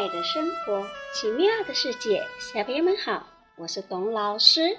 的生活，奇妙的世界，小朋友们好，我是董老师。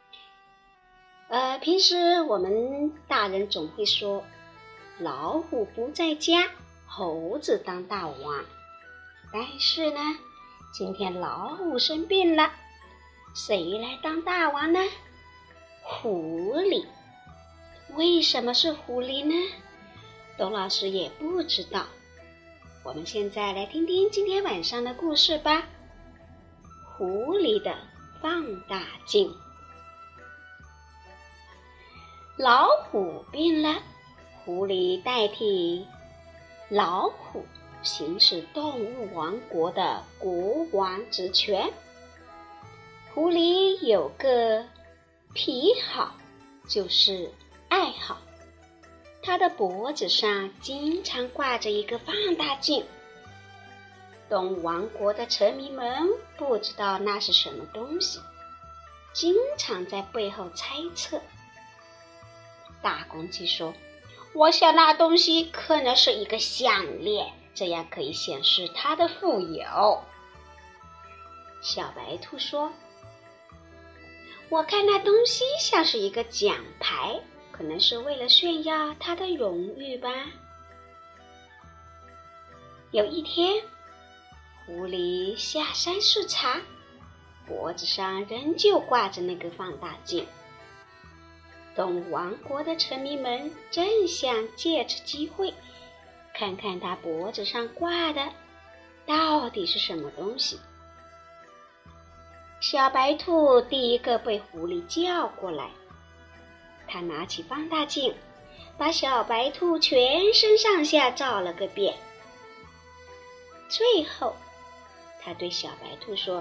平时我们大人总会说，老虎不在家，猴子当大王。但是呢，今天老虎生病了，谁来当大王呢？狐狸。为什么是狐狸呢？董老师也不知道。我们现在来听听今天晚上的故事吧。狐狸的放大镜。老虎病了，狐狸代替老虎行使动物王国的国王职权。狐狸有个癖好，就是爱好。他的脖子上经常挂着一个放大镜。动物王国的臣民们不知道那是什么东西，经常在背后猜测。大公鸡说，我想那东西可能是一个项链，这样可以显示它的富有。小白兔说，我看那东西像是一个奖牌，可能是为了炫耀它的荣誉吧。有一天，狐狸下山视察，脖子上仍旧挂着那个放大镜。动物王国的臣民们正想借此机会看看他脖子上挂的到底是什么东西。小白兔第一个被狐狸叫过来，他拿起放大镜，把小白兔全身上下照了个遍。最后他对小白兔说，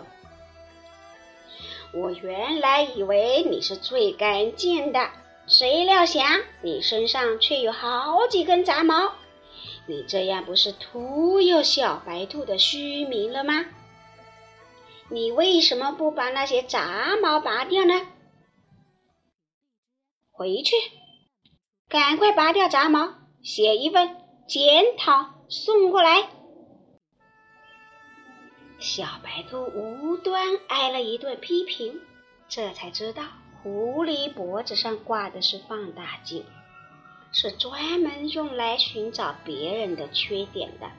我原来以为你是最干净的，谁料想你身上却有好几根杂毛，你这样不是徒有小白兔的虚名了吗？你为什么不把那些杂毛拔掉呢？回去，赶快拔掉杂毛，写一份检讨送过来。小白兔无端挨了一顿批评，这才知道狐狸脖子上挂的是放大镜，是专门用来寻找别人的缺点的。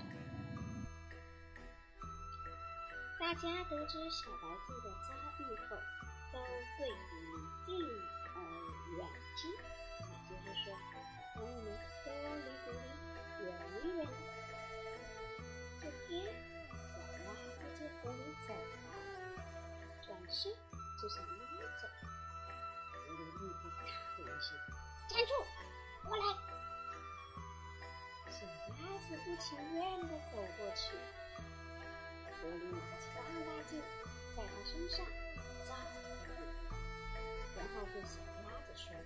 大家得知小白兔的遭遇后，都对狐狸敬而远之，也就是说，动物们都离狐狸远远的。这天，小鸭不见狐狸走了，转身就想溜走。狐狸立刻大喝一声，站住，过来！小鸭子不情愿地走过去。狐狸拿起放大镜，在它身上照了一遍，然后对小鸭子说，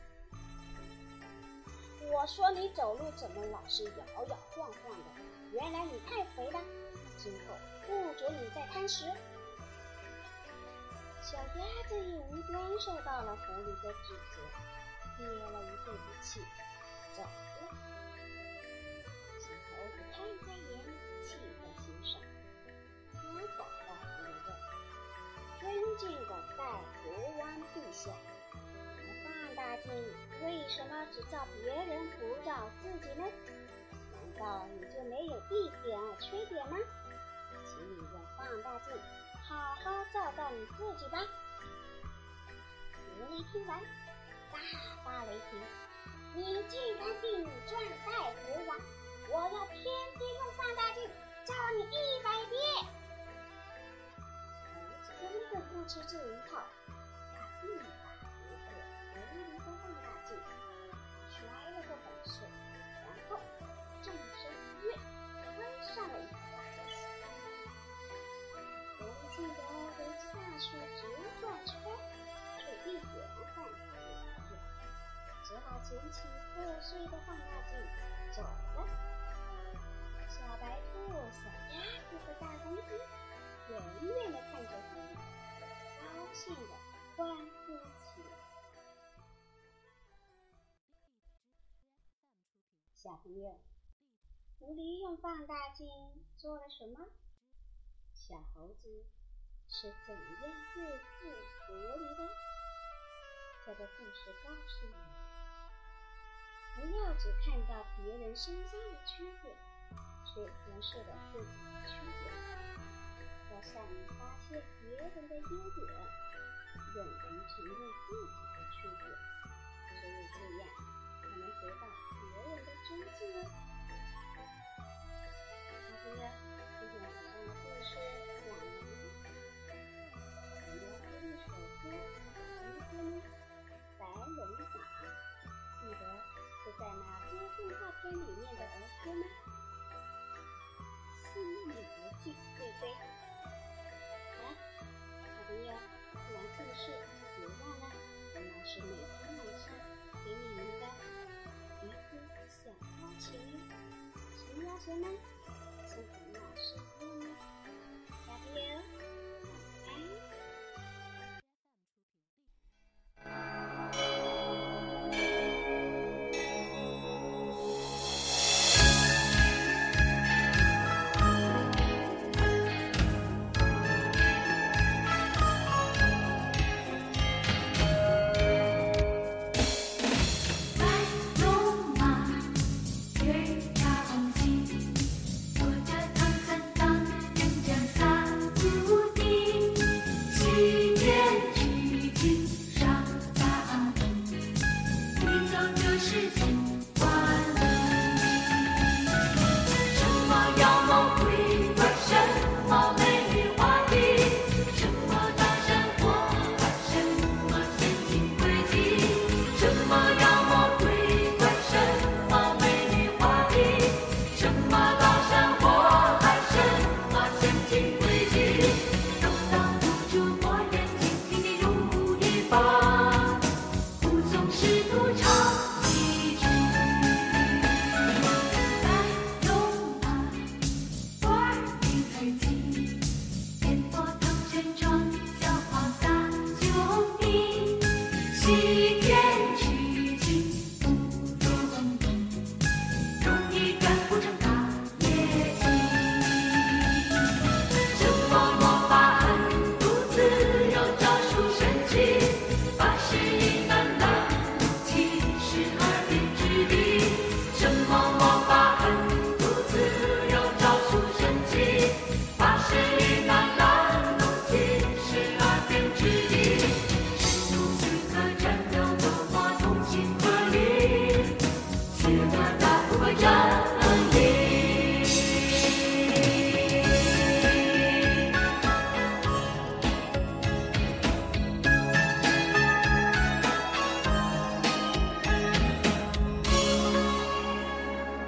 我说你走路怎么老是摇摇晃晃的，原来你太肥了，今后不准你再贪食。小鸭子也无端受到了狐狸的指责，憋了一肚子气，走了。小猴子看在眼里，气在心上。他找到狐狸问，尊敬的代国王陛下，你的放大镜为什么只照别人不照自己呢？难道你就没有一点缺点吗？请你用放大镜好好照照你自己吧。狐狸听完大发雷霆，你竟敢顶撞代国王，我要天天用放大镜照你100遍。猴子根本不吃这一套，他一把夺过狐狸的放大镜，摔了个粉碎，然后纵身一跃，吞上了一口大水。狐狸气得围着大树直转圈，却一点办法也没有，只好捡起破碎的放大镜走了。小白兔、小鸭子和大公鸡远远地看着狐狸，高兴地欢呼起来。小朋友，狐狸用放大镜做了什么？ 小猴子是怎样对付狐狸的？这个故事告诉你，不要只看到别人身上的缺点，却忽视了自己的缺点，要善于发现别人的优点，勇于承认自己的缺点，只有这样才能得到别人的尊敬哦。好朋友